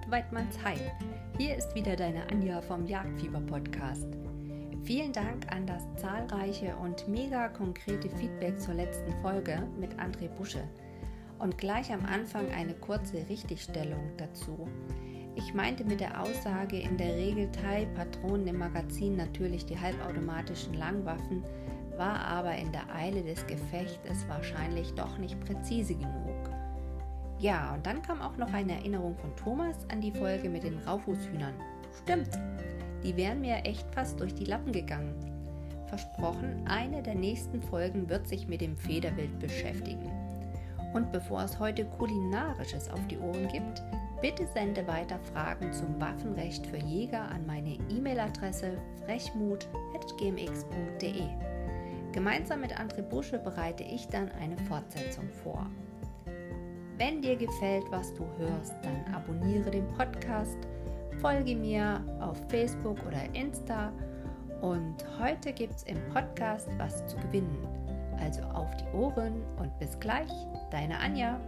Weidmanns Heim. Hier ist wieder deine Anja vom Jagdfieber-Podcast. Vielen Dank an das zahlreiche und mega konkrete Feedback zur letzten Folge mit André Busche. Und gleich am Anfang eine kurze Richtigstellung dazu. Ich meinte mit der Aussage, in der Regel Thai-Patronen im Magazin natürlich die halbautomatischen Langwaffen, war aber in der Eile des Gefechtes wahrscheinlich doch nicht präzise genug. Ja, und dann kam auch noch eine Erinnerung von Thomas an die Folge mit den Raufußhühnern. Stimmt, die wären mir echt fast durch die Lappen gegangen. Versprochen, eine der nächsten Folgen wird sich mit dem Federwild beschäftigen. Und bevor es heute Kulinarisches auf die Ohren gibt, bitte sende weiter Fragen zum Waffenrecht für Jäger an meine E-Mail-Adresse frechmut@gmx.de. Gemeinsam mit André Busche bereite ich dann eine Fortsetzung vor. Wenn dir gefällt, was du hörst, dann abonniere den Podcast, folge mir auf Facebook oder Insta und heute gibt's im Podcast was zu gewinnen. Also auf die Ohren und bis gleich, deine Anja.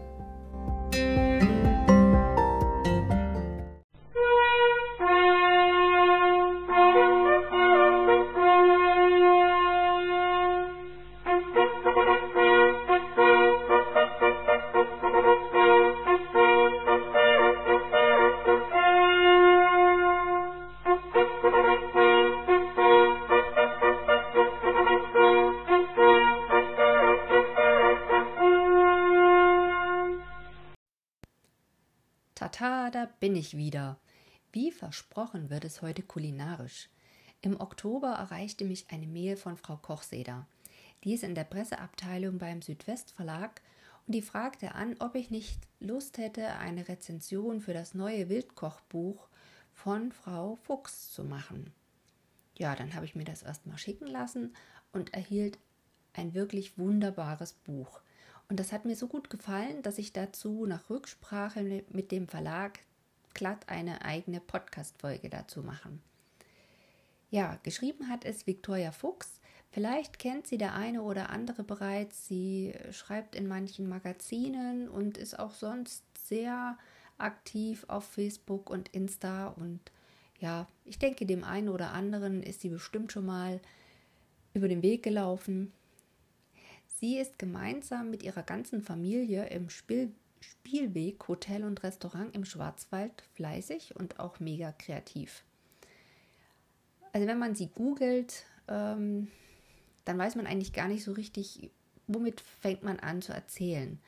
Tata, da bin ich wieder. Wie versprochen wird es heute kulinarisch. Im Oktober erreichte mich eine Mail von Frau Kochseder. Die ist in der Presseabteilung beim Südwestverlag und die fragte an, ob ich nicht Lust hätte, eine Rezension für das neue Wildkochbuch von Frau Fuchs zu machen. Ja, dann habe ich mir das erstmal schicken lassen und erhielt ein wirklich wunderbares Buch. Und das hat mir so gut gefallen, dass ich dazu nach Rücksprache mit dem Verlag glatt eine eigene Podcast-Folge dazu machen. Ja, geschrieben hat es Viktoria Fuchs. Vielleicht kennt sie der eine oder andere bereits. Sie schreibt in manchen Magazinen und ist auch sonst sehr aktiv auf Facebook und Insta. Und ja, ich denke, dem einen oder anderen ist sie bestimmt schon mal über den Weg gelaufen. Sie ist gemeinsam mit ihrer ganzen Familie im Spielweg Hotel und Restaurant im Schwarzwald fleißig und auch mega kreativ. Also wenn man sie googelt, dann weiß man eigentlich gar nicht so richtig, womit fängt man an zu erzählen.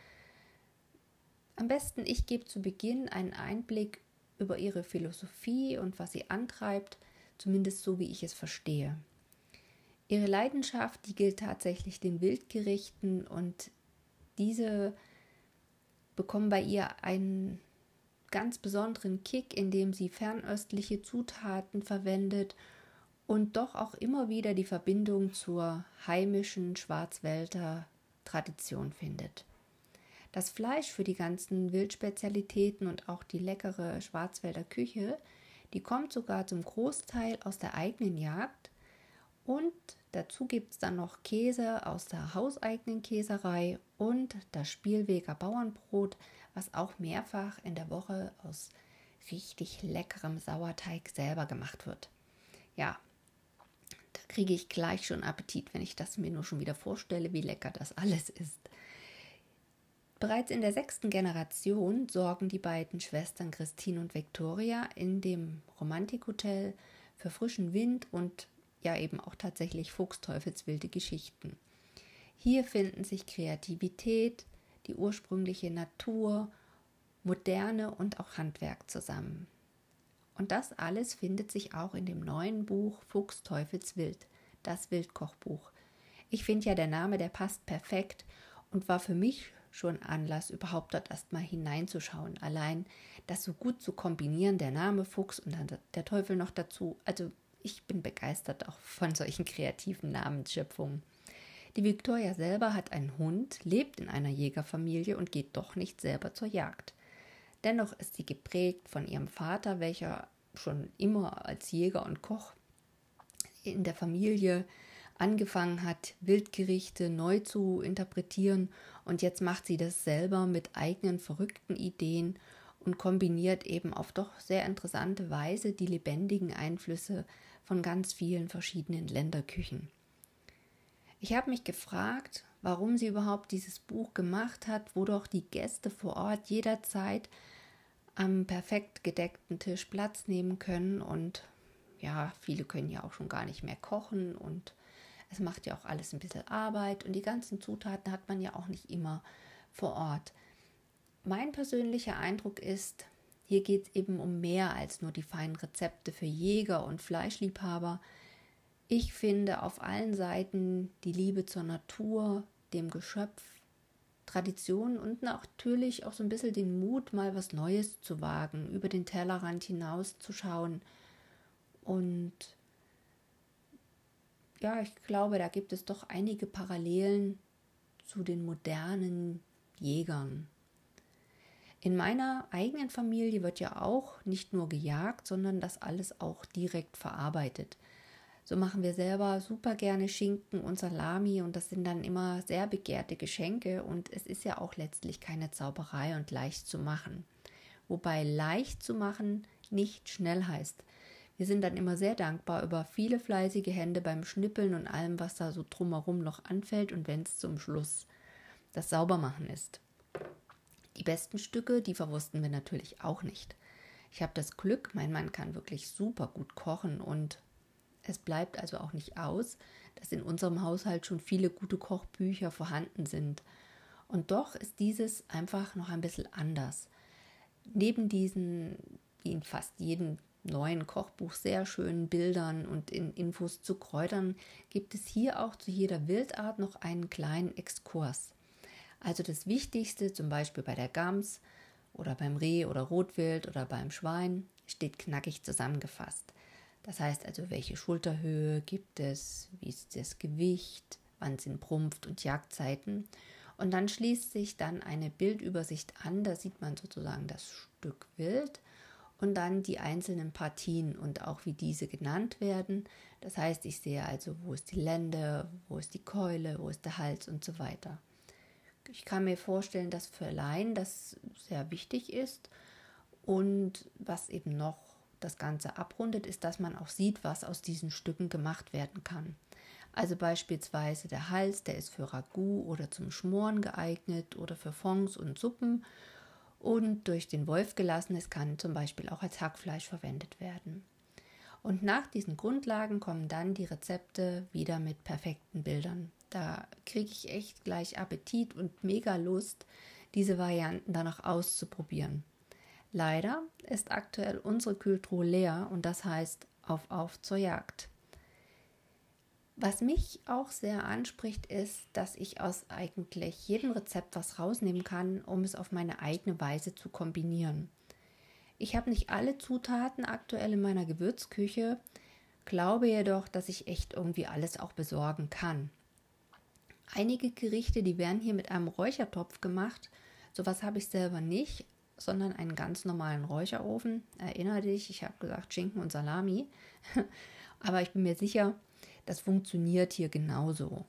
Am besten, ich gebe zu Beginn einen Einblick über ihre Philosophie und was sie antreibt, zumindest so, wie ich es verstehe. Ihre Leidenschaft, die gilt tatsächlich den Wildgerichten und diese bekommen bei ihr einen ganz besonderen Kick, indem sie fernöstliche Zutaten verwendet und doch auch immer wieder die Verbindung zur heimischen Schwarzwälder Tradition findet. Das Fleisch für die ganzen Wildspezialitäten und auch die leckere Schwarzwälder Küche, die kommt sogar zum Großteil aus der eigenen Jagd. Und dazu gibt es dann noch Käse aus der hauseigenen Käserei und das Spielweger Bauernbrot, was auch mehrfach in der Woche aus richtig leckerem Sauerteig selber gemacht wird. Ja, da kriege ich gleich schon Appetit, wenn ich das mir nur schon wieder vorstelle, wie lecker das alles ist. Bereits in der 6. Generation sorgen die beiden Schwestern Christine und Viktoria in dem Romantikhotel für frischen Wind und ja eben auch tatsächlich fuchsteufelswilde Geschichten. Hier finden sich Kreativität, die ursprüngliche Natur, Moderne und auch Handwerk zusammen. Und das alles findet sich auch in dem neuen Buch Fuchsteufelswild, das Wildkochbuch. Ich finde ja, der Name, der passt perfekt und war für mich schon Anlass, überhaupt dort erstmal hineinzuschauen. Allein das so gut zu kombinieren, der Name Fuchs und dann der Teufel noch dazu, also ich bin begeistert auch von solchen kreativen Namensschöpfungen. Die Viktoria selber hat einen Hund, lebt in einer Jägerfamilie und geht doch nicht selber zur Jagd. Dennoch ist sie geprägt von ihrem Vater, welcher schon immer als Jäger und Koch in der Familie angefangen hat, Wildgerichte neu zu interpretieren und jetzt macht sie das selber mit eigenen verrückten Ideen und kombiniert eben auf doch sehr interessante Weise die lebendigen Einflüsse von ganz vielen verschiedenen Länderküchen. Ich habe mich gefragt, warum sie überhaupt dieses Buch gemacht hat, wo doch die Gäste vor Ort jederzeit am perfekt gedeckten Tisch Platz nehmen können und ja, viele können ja auch schon gar nicht mehr kochen und es macht ja auch alles ein bisschen Arbeit und die ganzen Zutaten hat man ja auch nicht immer vor Ort. Mein persönlicher Eindruck ist, hier geht es eben um mehr als nur die feinen Rezepte für Jäger und Fleischliebhaber. Ich finde auf allen Seiten die Liebe zur Natur, dem Geschöpf, Tradition und natürlich auch so ein bisschen den Mut, mal was Neues zu wagen, über den Tellerrand hinaus zu schauen. Und ja, ich glaube, da gibt es doch einige Parallelen zu den modernen Jägern. In meiner eigenen Familie wird ja auch nicht nur gejagt, sondern das alles auch direkt verarbeitet. So machen wir selber super gerne Schinken und Salami und das sind dann immer sehr begehrte Geschenke und es ist ja auch letztlich keine Zauberei und leicht zu machen. Wobei leicht zu machen nicht schnell heißt. Wir sind dann immer sehr dankbar über viele fleißige Hände beim Schnippeln und allem, was da so drumherum noch anfällt und wenn es zum Schluss das Saubermachen ist. Die besten Stücke, die verwursten wir natürlich auch nicht. Ich habe das Glück, mein Mann kann wirklich super gut kochen und es bleibt also auch nicht aus, dass in unserem Haushalt schon viele gute Kochbücher vorhanden sind. Und doch ist dieses einfach noch ein bisschen anders. Neben diesen, wie in fast jedem neuen Kochbuch, sehr schönen Bildern und in Infos zu Kräutern, gibt es hier auch zu jeder Wildart noch einen kleinen Exkurs. Also das Wichtigste, zum Beispiel bei der Gams oder beim Reh oder Rotwild oder beim Schwein, steht knackig zusammengefasst. Das heißt also, welche Schulterhöhe gibt es, wie ist das Gewicht, wann sind Prumpft- und Jagdzeiten. Und dann schließt sich dann eine Bildübersicht an, da sieht man sozusagen das Stück Wild und dann die einzelnen Partien und auch wie diese genannt werden. Das heißt, ich sehe also, wo ist die Lende, wo ist die Keule, wo ist der Hals und so weiter. Ich kann mir vorstellen, dass für Laien das sehr wichtig ist und was eben noch das Ganze abrundet, ist, dass man auch sieht, was aus diesen Stücken gemacht werden kann. Also beispielsweise der Hals, der ist für Ragout oder zum Schmoren geeignet oder für Fonds und Suppen und durch den Wolf gelassenes kann zum Beispiel auch als Hackfleisch verwendet werden. Und nach diesen Grundlagen kommen dann die Rezepte wieder mit perfekten Bildern. Da kriege ich echt gleich Appetit und mega Lust, diese Varianten dann auch auszuprobieren. Leider ist aktuell unsere Kühltruhe leer und das heißt auf zur Jagd. Was mich auch sehr anspricht, ist, dass ich aus eigentlich jedem Rezept was rausnehmen kann, um es auf meine eigene Weise zu kombinieren. Ich habe nicht alle Zutaten aktuell in meiner Gewürzküche, glaube jedoch, dass ich echt irgendwie alles auch besorgen kann. Einige Gerichte, die werden hier mit einem Räuchertopf gemacht. Sowas habe ich selber nicht, sondern einen ganz normalen Räucherofen. Erinnere dich, ich habe gesagt Schinken und Salami. Aber ich bin mir sicher, das funktioniert hier genauso.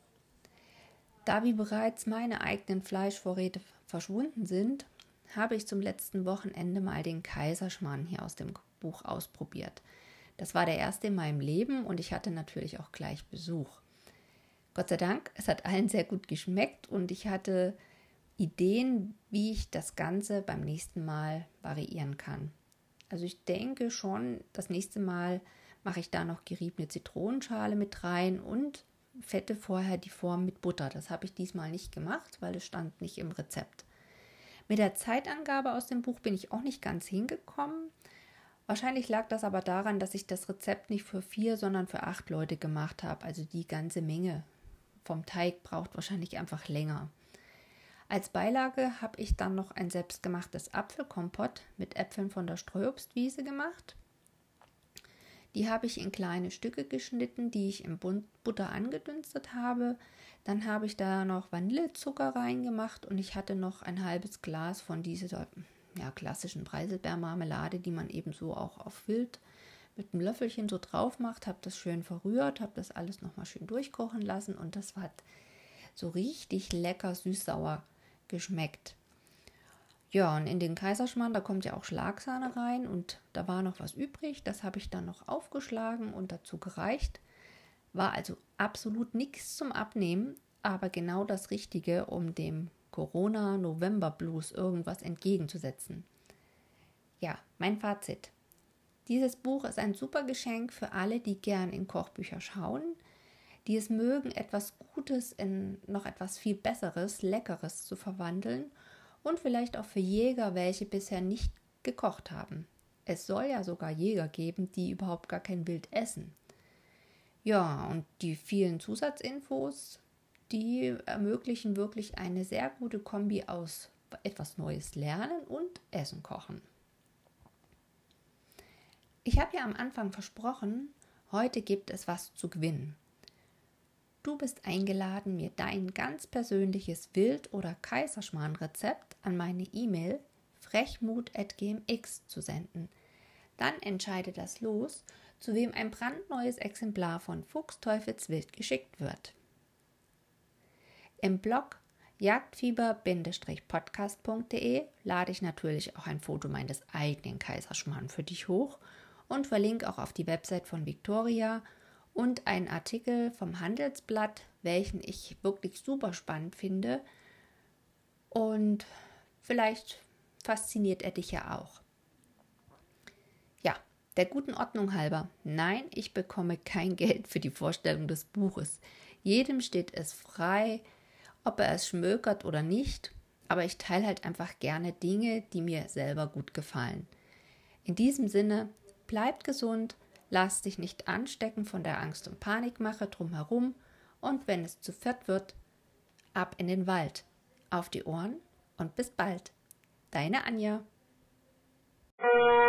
Da wie bereits meine eigenen Fleischvorräte verschwunden sind, habe ich zum letzten Wochenende mal den Kaiserschmarrn hier aus dem Buch ausprobiert. Das war der erste in meinem Leben und ich hatte natürlich auch gleich Besuch. Gott sei Dank, es hat allen sehr gut geschmeckt und ich hatte Ideen, wie ich das Ganze beim nächsten Mal variieren kann. Also ich denke schon, das nächste Mal mache ich da noch geriebene Zitronenschale mit rein und fette vorher die Form mit Butter. Das habe ich diesmal nicht gemacht, weil es stand nicht im Rezept. Mit der Zeitangabe aus dem Buch bin ich auch nicht ganz hingekommen. Wahrscheinlich lag das aber daran, dass ich das Rezept nicht für 4, sondern für 8 Leute gemacht habe. Also die ganze Menge vom Teig braucht wahrscheinlich einfach länger. Als Beilage habe ich dann noch ein selbstgemachtes Apfelkompott mit Äpfeln von der Streuobstwiese gemacht. Die habe ich in kleine Stücke geschnitten, die ich in Butter angedünstet habe. Dann habe ich da noch Vanillezucker reingemacht und ich hatte noch ein halbes Glas von dieser klassischen Preiselbeermarmelade, die man eben so auch auf Wild mit einem Löffelchen so drauf macht. Habe das schön verrührt, habe das alles nochmal schön durchkochen lassen und das hat so richtig lecker süß-sauer geschmeckt. Ja, und in den Kaiserschmarrn, da kommt ja auch Schlagsahne rein und da war noch was übrig. Das habe ich dann noch aufgeschlagen und dazu gereicht. War also absolut nichts zum Abnehmen, aber genau das Richtige, um dem Corona-November-Blues irgendwas entgegenzusetzen. Ja, mein Fazit. Dieses Buch ist ein super Geschenk für alle, die gern in Kochbücher schauen, die es mögen, etwas Gutes in noch etwas viel Besseres, Leckeres zu verwandeln und vielleicht auch für Jäger, welche bisher nicht gekocht haben. Es soll ja sogar Jäger geben, die überhaupt gar kein Wild essen. Ja, und die vielen Zusatzinfos, die ermöglichen wirklich eine sehr gute Kombi aus etwas Neues lernen und Essen kochen. Ich habe ja am Anfang versprochen, heute gibt es was zu gewinnen. Du bist eingeladen, mir dein ganz persönliches Wild- oder Kaiserschmarrn-Rezept an meine E-Mail frechmut@gmx zu senden. Dann entscheide das Los, zu wem ein brandneues Exemplar von Fuchsteufelswild geschickt wird. Im Blog jagdfieber-podcast.de lade ich natürlich auch ein Foto meines eigenen Kaiserschmarrn für dich hoch und verlinke auch auf die Website von Victoria und einen Artikel vom Handelsblatt, welchen ich wirklich super spannend finde und vielleicht fasziniert er dich ja auch. Ja, der guten Ordnung halber, nein, ich bekomme kein Geld für die Vorstellung des Buches. Jedem steht es frei, ob er es schmökert oder nicht, aber ich teile halt einfach gerne Dinge, die mir selber gut gefallen. In diesem Sinne, bleibt gesund, lasst dich nicht anstecken von der Angst- und Panikmache drumherum und wenn es zu viert wird, ab in den Wald, auf die Ohren und bis bald. Deine Anja.